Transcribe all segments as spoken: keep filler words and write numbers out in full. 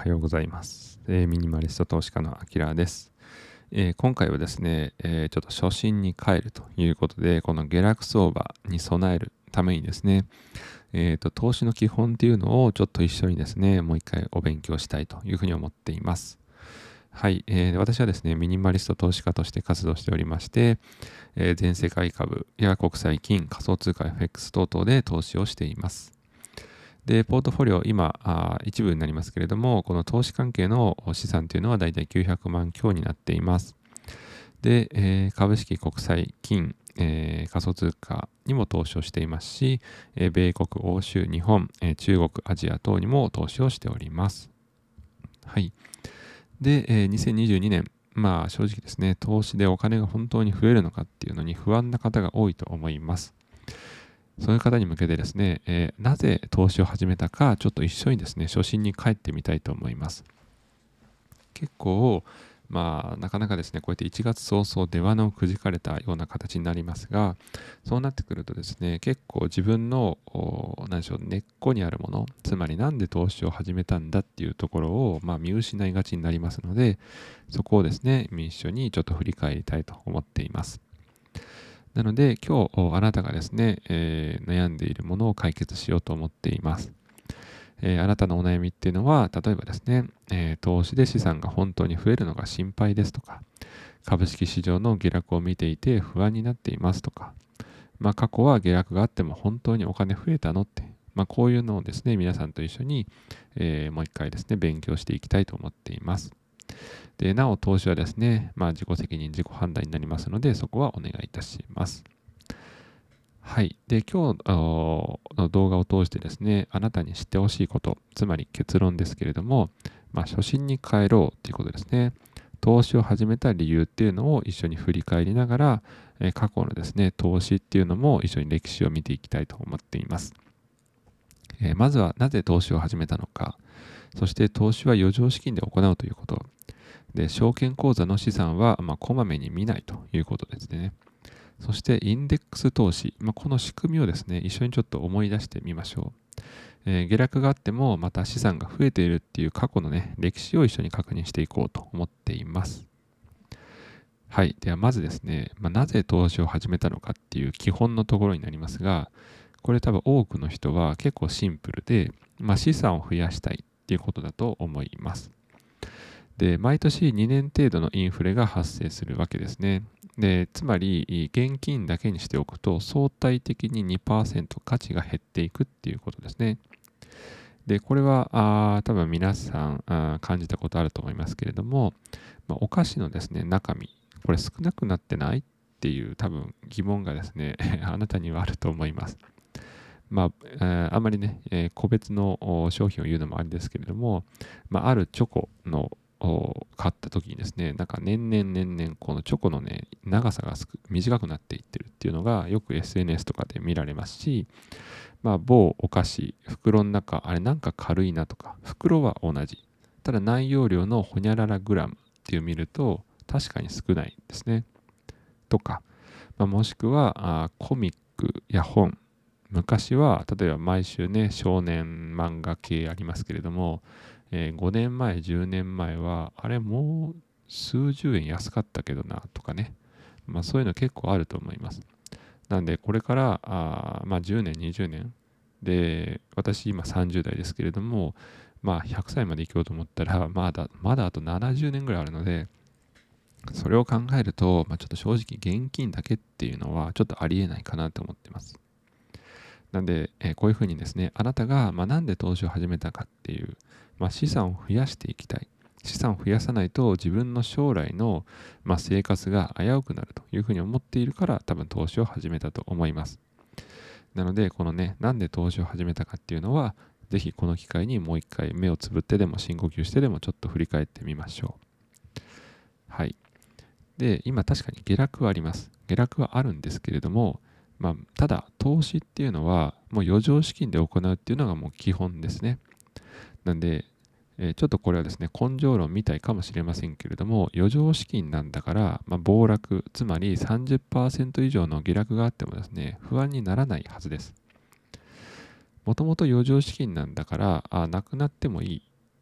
はようございます。えーミニマリスト投資家のあきらです。えー今回はですね、えーちょっと初心に帰るということで、この下落相場に備えるためにですね、えーと、投資の基本っていうのをちょっと一緒にですね、もう一回お勉強したいというふうに思っています。はい、えー私はですね、ミニマリスト投資家として活動しておりまして、えー全世界株や国際金、仮想通貨 エフエックス 等々で投資をしています。で、ポートフォリオ、今、あ一部になりますけれども、この投資関係の資産というのはだいたいきゅうひゃくまん強になっています。で、えー株式、国債、金、えー仮想通貨にも投資をしていますし、えー米国、欧州、日本、えー中国、アジア等にも投資をしております。はい。で、えーにせんにじゅうにねん、まあ正直ですね、投資でお金が本当に増えるのかっていうのに不安な方が多いと思います。そういう方に向けてですね、えーなぜ投資を始めたか、ちょっと一緒にですね、初心に帰ってみたいと思います。結構、まあ、なかなかですね、こうやっていちがつ早々出罠をくじかれたような形になりますが、そうなってくるとですね、結構自分の、何でしょう、根っこにあるもの、つまりなんで投資を始めたんだっていうところを、まあ、見失いがちになりますので、そこをですね、一緒にちょっと振り返りたいと思っています。なので、今日あなたがですね、えー悩んでいるものを解決しようと思っています。えーあなたのお悩みっていうのは、例えばですね、えー投資で資産が本当に増えるのが心配ですとか、株式市場の下落を見ていて不安になっていますとか、まあ、過去は下落があっても本当にお金増えたのって、まあ、こういうのをですね、皆さんと一緒に、えーもう一回ですね、勉強していきたいと思っています。で、なお投資はですね、まあ、自己責任、自己判断になりますので、そこはお願いいたします。はい。で、今日の動画を通してですね、あなたに知ってほしいこと、つまり結論ですけれども、まあ、初心に帰ろうということですね。投資を始めた理由っていうのを一緒に振り返りながら、え過去のですね、投資っていうのも一緒に歴史を見ていきたいと思っています。えーまずはなぜ投資を始めたのか、そして投資は余剰資金で行うということ、で、証券口座の資産は、まあ、こまめに見ないということですね。そしてインデックス投資、まあ、この仕組みをですね、一緒にちょっと思い出してみましょう。えー下落があってもまた資産が増えているっていう過去のね、歴史を一緒に確認していこうと思っています。はい。ではまずですね、まあ、なぜ投資を始めたのかっていう基本のところになりますが、これ多分多くの人は結構シンプルで、まあ、資産を増やしたいっていうことだと思います。で、毎年にねん程度のインフレが発生するわけですね。で、つまり、現金だけにしておくと、相対的ににパーセント価値が減っていくっていうことですね。で、これは、あ多分皆さんあ感じたことあると思いますけれども、まあ、お菓子のですね、中身、これ少なくなってないっていう多分疑問がですね、あなたにはあると思います。まあ、えーあんまりね、えー個別のお商品を言うのもあれですけれども、まあ、あるチョコのを買った時にですね、なんか年々年々このチョコのね、長さがすく短くなっていってるっていうのがよく エスエヌエス とかで見られますし、まあ、某お菓子、袋の中、あれなんか軽いなとか、袋は同じ。ただ内容量のほにゃららグラムっていう見ると確かに少ないんですね。とか、まあ、もしくはあコミックや本、昔は例えば毎週ね、少年漫画系ありますけれども、えーごねんまえ、じゅうねんまえは、あれもう数十円安かったけどなとかね、まあそういうの結構あると思います。なんでこれからあまあじゅうねん、にじゅうねんで、私今さんじゅう代ですけれども、まあひゃくさいまで生きようと思ったら、まだ、まだあとななじゅうねんぐらいあるので、それを考えると、まあ、ちょっと正直現金だけっていうのはちょっとありえないかなと思ってます。なんで、えーこういうふうにですね、あなたが、まあ、なんで投資を始めたかっていう、まあ、資産を増やしていきたい。資産を増やさないと自分の将来の、まあ、生活が危うくなるというふうに思っているから多分投資を始めたと思います。なので、このね、なんで投資を始めたかっていうのは、ぜひこの機会にもう一回目をつぶってでも深呼吸してでもちょっと振り返ってみましょう。はい。で、今確かに下落はあります。下落はあるんですけれども、まあ、ただ、投資っていうのは、もう余剰資金で行うっていうのがもう基本ですね。なんで、えーちょっとこれはですね、根性論みたいかもしれませんけれども、余剰資金なんだから、まあ、暴落、つまりさんじゅっパーセント以上の下落があってもですね、不安にならないはずです。もともと余剰資金なんだから、あ、なくなってもいいっ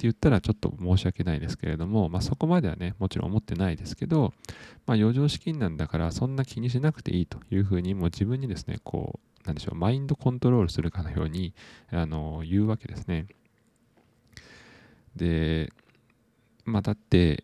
言ったらちょっと申し訳ないですけれども、まあ、そこまではね、もちろん思ってないですけど、まあ、余剰資金なんだからそんな気にしなくていいというふうに、もう自分にですね、こう、なんでしょう、マインドコントロールするかのように、あの、言うわけですね。で、まあ、だって、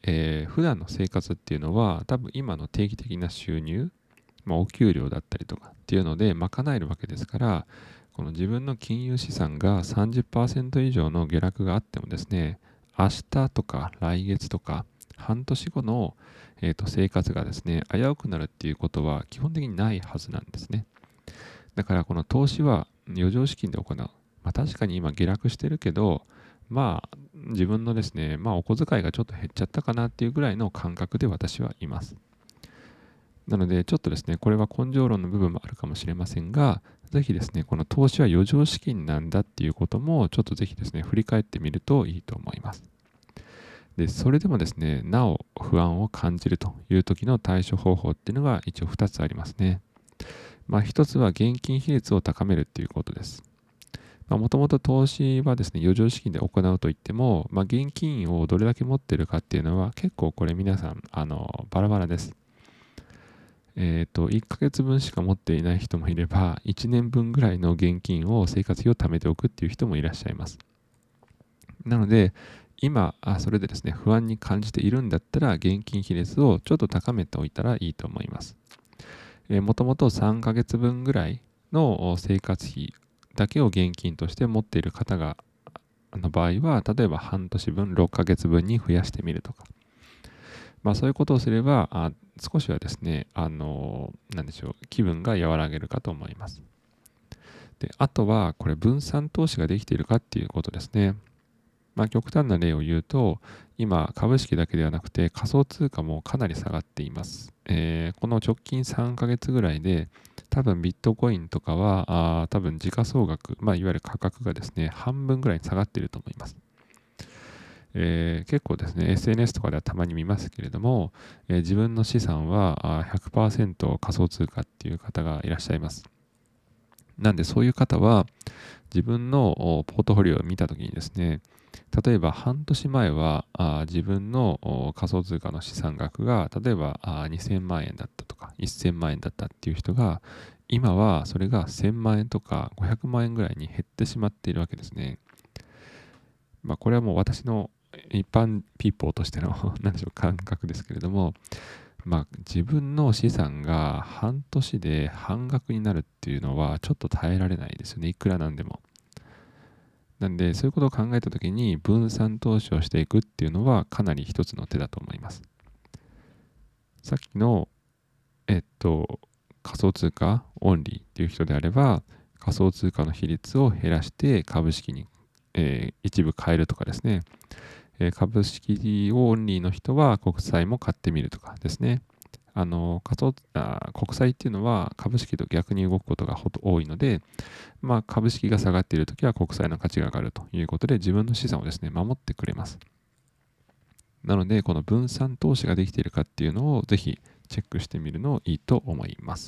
えー普段の生活っていうのは、多分今の定期的な収入、まあ、お給料だったりとかっていうので賄えるわけですから、この自分の金融資産がさんじゅっパーセント以上の下落があってもですね、明日とか来月とか半年後の、えーと生活がですね、危うくなるっていうことは基本的にないはずなんですね。だからこの投資は余剰資金で行う。まあ、確かに今下落してるけど、まあ自分のですね、まあお小遣いがちょっと減っちゃったかなっていうぐらいの感覚で私はいます。なのでちょっとですね、これは根性論の部分もあるかもしれませんが、ぜひですね、この投資は余剰資金なんだっていうこともちょっとぜひですね、振り返ってみるといいと思います。で、それでもですね、なお不安を感じるという時の対処方法っていうのが一応ふたつありますね。まあ、ひとつは現金比率を高めるっていうことです。もともと投資はですね、余剰資金で行うといっても、まあ、現金をどれだけ持ってるかっていうのは結構これ皆さん、あの、バラバラです。えっと、いっかげつぶんしか持っていない人もいれば、いちねんぶんぐらいの現金を生活費を貯めておくっていう人もいらっしゃいます。なので、今、あそれでですね、不安に感じているんだったら、現金比率をちょっと高めておいたらいいと思います。もともとさんかげつぶんぐらいの生活費だけを現金として持っている方がの場合は、例えば半年分、ろっかげつぶんに増やしてみるとか、まあ、そういうことをすれば、あ少しはですね、あの、なんでしょう、気分が和らげるかと思います。で、あとは、これ、分散投資ができているかっていうことですね。まあ、極端な例を言うと、今、株式だけではなくて仮想通貨もかなり下がっています。えーこの直近さんかげつぐらいで、多分ビットコインとかは、あー多分時価総額、まあ、いわゆる価格がですね、半分ぐらいに下がっていると思います。えー結構ですね、エスエヌエス とかではたまに見ますけれども、えー自分の資産はあーひゃくパーセント仮想通貨っていう方がいらっしゃいます。なんでそういう方は自分のおポートフォリオを見たときにですね、例えば半年前はあー自分のお仮想通貨の資産額が例えばあーにせんまん円だったとかせんまん円だったっていう人が、今はそれがせんまん円とかごひゃくまん円ぐらいに減ってしまっているわけですね。まあ、これはもう私の一般ピーポーとしての何でしょう、感覚ですけれども、まあ、自分の資産が半年で半額になるっていうのはちょっと耐えられないですよね、いくらなんでも。なんで、そういうことを考えたときに分散投資をしていくっていうのはかなり一つの手だと思います。さっきの、えっと、仮想通貨オンリーっていう人であれば、仮想通貨の比率を減らして株式に、えー一部変えるとかですね、えー株式オンリーの人は国債も買ってみるとかですね。あの仮想あ国債っていうのは株式と逆に動くことがほと多いので、まあ、株式が下がっているときは国債の価値が上がるということで自分の資産をですね、守ってくれます。なので、この分散投資ができているかっていうのをぜひチェックしてみるのいいと思います。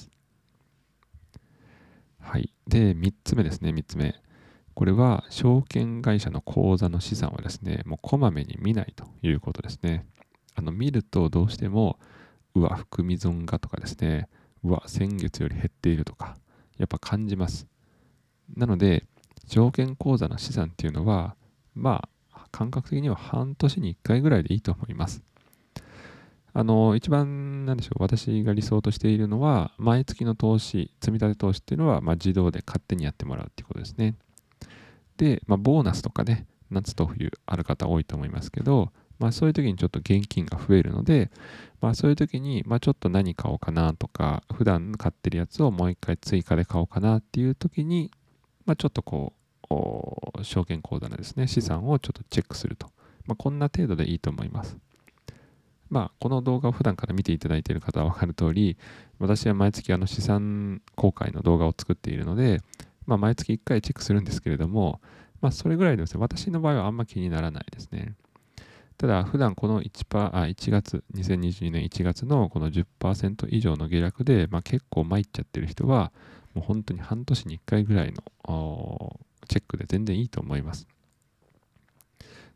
はい。で、みっつめですね、みっつめ。これは証券会社の口座の資産をですね、もうこまめに見ないということですね。あの見るとどうしても、うわ、含み損がとかですね、うわ、先月より減っているとか、やっぱ感じます。なので、証券口座の資産っていうのは、まあ、感覚的には半年にいっかいぐらいでいいと思います。あの、一番、なんでしょう、私が理想としているのは、毎月の投資、積み立て投資っていうのは、まあ、自動で勝手にやってもらうっていうことですね。で、まあ、ボーナスとかね、夏と冬ある方多いと思いますけど、まあ、そういう時にちょっと現金が増えるので、まあ、そういう時に、まあ、ちょっと何買おうかなとか、普段買ってるやつをもう一回追加で買おうかなっていう時に、まあ、ちょっとこう、証券口座のですね、資産をちょっとチェックすると。まあ、こんな程度でいいと思います。まあ、この動画を普段から見ていただいている方は分かる通り、私は毎月あの資産公開の動画を作っているので、まあ、毎月いっかいチェックするんですけれども、まあ、それぐらいですね、私の場合はあんま気にならないですね。ただ、普段このいちパーセント、あ、いちがつ、にせんにじゅうにねんいちがつのこのじゅっパーセント以上の下落で、まあ、結構参っちゃってる人は、もう本当に半年にいっかいぐらいのチェックで全然いいと思います。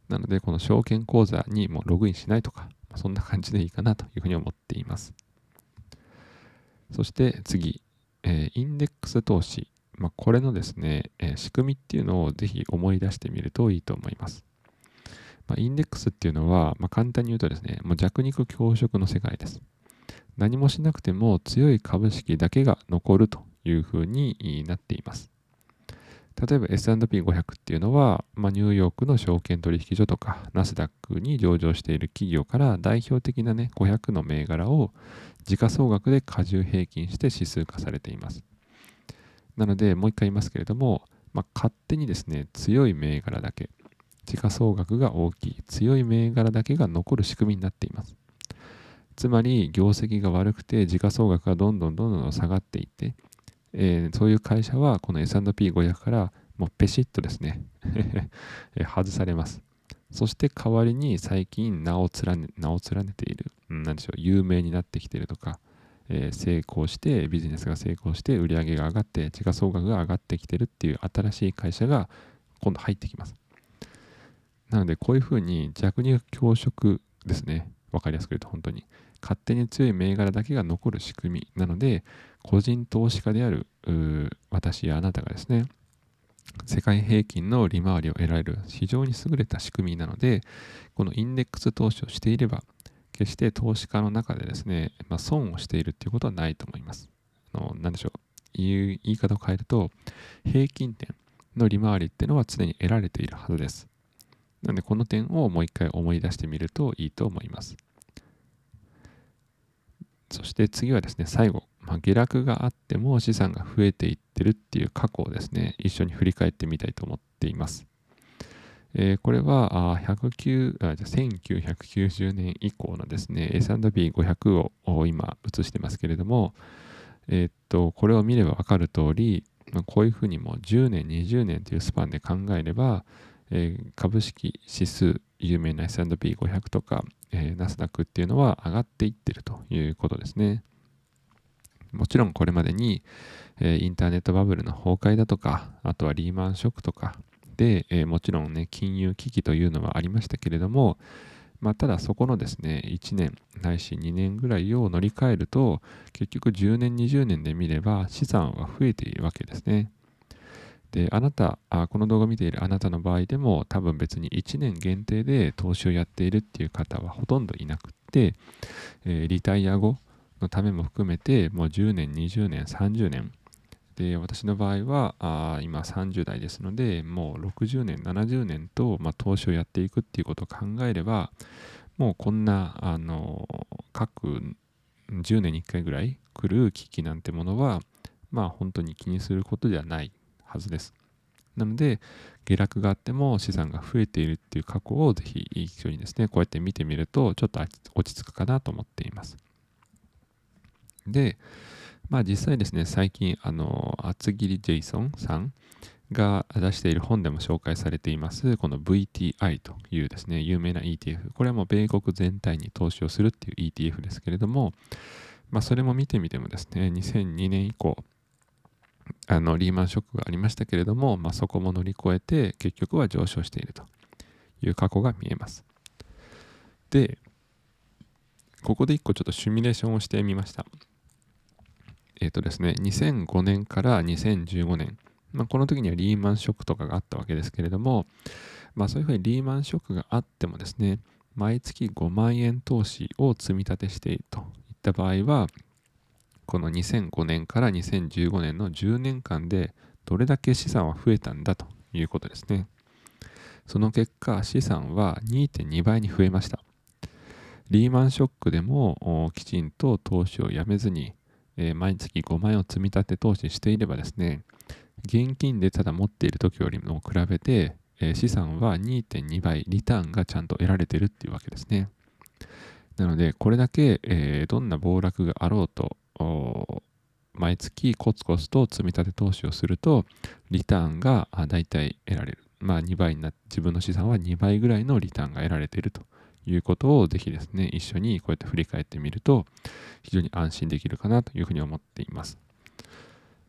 なので、この証券口座にもうログインしないとか、そんな感じでいいかなというふうに思っています。そして次、えーインデックス投資。まあ、これのですね、えー仕組みっていうのをぜひ思い出してみるといいと思います。まあ、インデックスっていうのは、まあ、簡単に言うとですね、もう弱肉強食の世界です。何もしなくても強い株式だけが残るというふうになっています。例えば エスアンドピーごひゃく っていうのは、まあ、ニューヨークの証券取引所とかナスダックに上場している企業から代表的なね、ごひゃくの銘柄を時価総額で加重平均して指数化されています。なので、もう一回言いますけれども、まあ、勝手にですね、強い銘柄だけ、時価総額が大きい、強い銘柄だけが残る仕組みになっています。つまり、業績が悪くて時価総額がどんどんどんどん下がっていって、えーそういう会社はこの エスアンドピーごひゃく からもうペシッとですね外されます。そして代わりに最近名を連ね名を連ねている、うん、なんでしょう、有名になってきているとか、えー成功してビジネスが成功して売り上げが上がって時価総額が上がってきているっていう新しい会社が今度入ってきます。なのでこういうふうに弱肉強食ですね。わかりやすく言うと本当に勝手に強い銘柄だけが残る仕組みなので、個人投資家である私やあなたがですね、世界平均の利回りを得られる非常に優れた仕組みなので、このインデックス投資をしていれば、決して投資家の中でですね、まあ、損をしているっていうことはないと思います。あの何でしょう、言い言い方を変えると、平均点の利回りっていうのは常に得られているはずです。なので、この点をもう一回思い出してみるといいと思います。そして次はですね、最後、まあ、下落があっても資産が増えていってるっていう過去をですね、一緒に振り返ってみたいと思っています。えーこれはあひゃくきゅうあじゃせんきゅうひゃくきゅうじゅうねん以降のですね、エスアンドピーごひゃく をを今映してますけれども、えーっと、これを見ればわかる通り、まあこういうふうにもうじゅうねん、にじゅうねんというスパンで考えれば、えー株式指数、有名な エスアンドピーごひゃく とか、えーナスダックっていうのは上がっていってるということですね。もちろんこれまでに、えーインターネットバブルの崩壊だとか、あとはリーマンショックとかで、えーもちろんね、金融危機というのはありましたけれども、まあ、ただそこのですね、いちねんないしにねんぐらいを乗り換えると、結局じゅうねん、にじゅうねんで見れば資産は増えているわけですね。で、あなた、あこの動画を見ているあなたの場合でも、多分別にいちねん限定で投資をやっているっていう方はほとんどいなくって、えーリタイア後のためも含めて、もうじゅうねん、にじゅうねん、さんじゅうねん。で、私の場合は、あ今さんじゅう代ですので、もうろくじゅうねん、ななじゅうねんと、まあ、投資をやっていくっていうことを考えれば、もうこんな、あの、各じゅうねんにいっかいぐらい来る危機なんてものは、まあ本当に気にすることではないはずです。なので、下落があっても資産が増えているっていう過去をぜひ一緒にですね、こうやって見てみると、ちょっと落ち着くかなと思っています。で、まあ実際ですね、最近、あの、厚切りジェイソンさんが出している本でも紹介されています、この ブイティーアイ というですね、有名な イーティーエフ。これはもう米国全体に投資をするっていう イーティーエフ ですけれども、まあそれも見てみてもですね、にせんにねん以降、あのリーマンショックがありましたけれども、まあ、そこも乗り越えて結局は上昇しているという過去が見えます。で、ここで一個ちょっとシミュレーションをしてみました。えっ、とですね、にせんごねんからにせんじゅうごねん、まあ、この時にはリーマンショックとかがあったわけですけれども、まあ、そういうふうにリーマンショックがあってもですね、毎月ごまんえん投資を積み立てしているといった場合は、このにせんごねんからにせんじゅうごねんのじゅうねんかんでどれだけ資産は増えたんだということですね。その結果、資産は にてんに 倍に増えました。リーマンショックでもきちんと投資をやめずに、えー毎月ごまんえんを積み立て投資していればですね、現金でただ持っている時よりも比べて、えー資産は にてんに 倍、リターンがちゃんと得られているっていうわけですね。なので、これだけ、えーどんな暴落があろうと、毎月コツコツと積み立て投資をすると、リターンがだいたい得られる。まあにばいになって、自分の資産はにばいぐらいのリターンが得られているということをぜひですね、一緒にこうやって振り返ってみると、非常に安心できるかなというふうに思っています。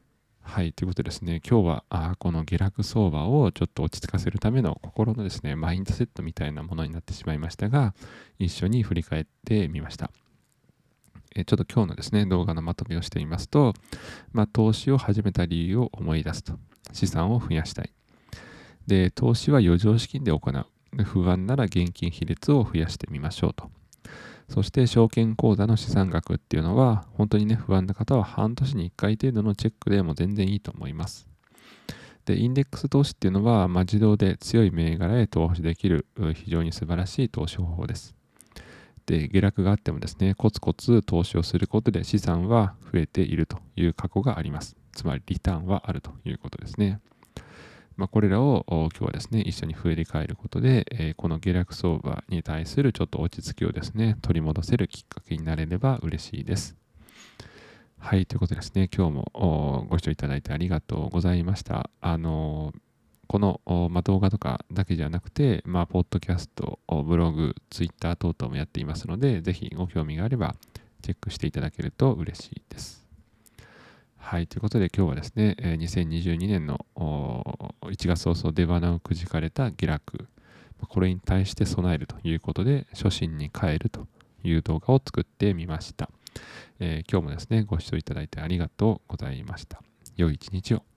はい、ということでですね、今日はあこの下落相場をちょっと落ち着かせるための心のですね、マインドセットみたいなものになってしまいましたが、一緒に振り返ってみました。えちょっと今日のですね、動画のまとめをしてみますと、まあ、投資を始めた理由を思い出すと。資産を増やしたい。で、投資は余剰資金で行う。不安なら現金比率を増やしてみましょうと。そして証券口座の資産額っていうのは、本当にね、不安な方は半年にいっかい程度のチェックでも全然いいと思います。で、インデックス投資っていうのは、まあ、自動で強い銘柄へ投資できる非常に素晴らしい投資方法です。で、下落があってもですね、コツコツ投資をすることで資産は増えているという過去があります。つまりリターンはあるということですね。まあ、これらを今日はですね、一緒に振り返ることで、えーこの下落相場に対するちょっと落ち着きをですね、取り戻せるきっかけになれれば嬉しいです。はい、ということでですね、今日もおご視聴いただいてありがとうございました。あのーこの、おまあ、動画とかだけじゃなくて、まあ、ポッドキャスト、おブログ、ツイッター等々もやっていますので、ぜひご興味があればチェックしていただけると嬉しいです。はい、ということで今日はですね、えーにせんにじゅうにねんのおいちがつ早々出花をくじかれた下落、これに対して備えるということで、初心に帰るという動画を作ってみました。えー今日もですね、ご視聴いただいてありがとうございました。良い一日を。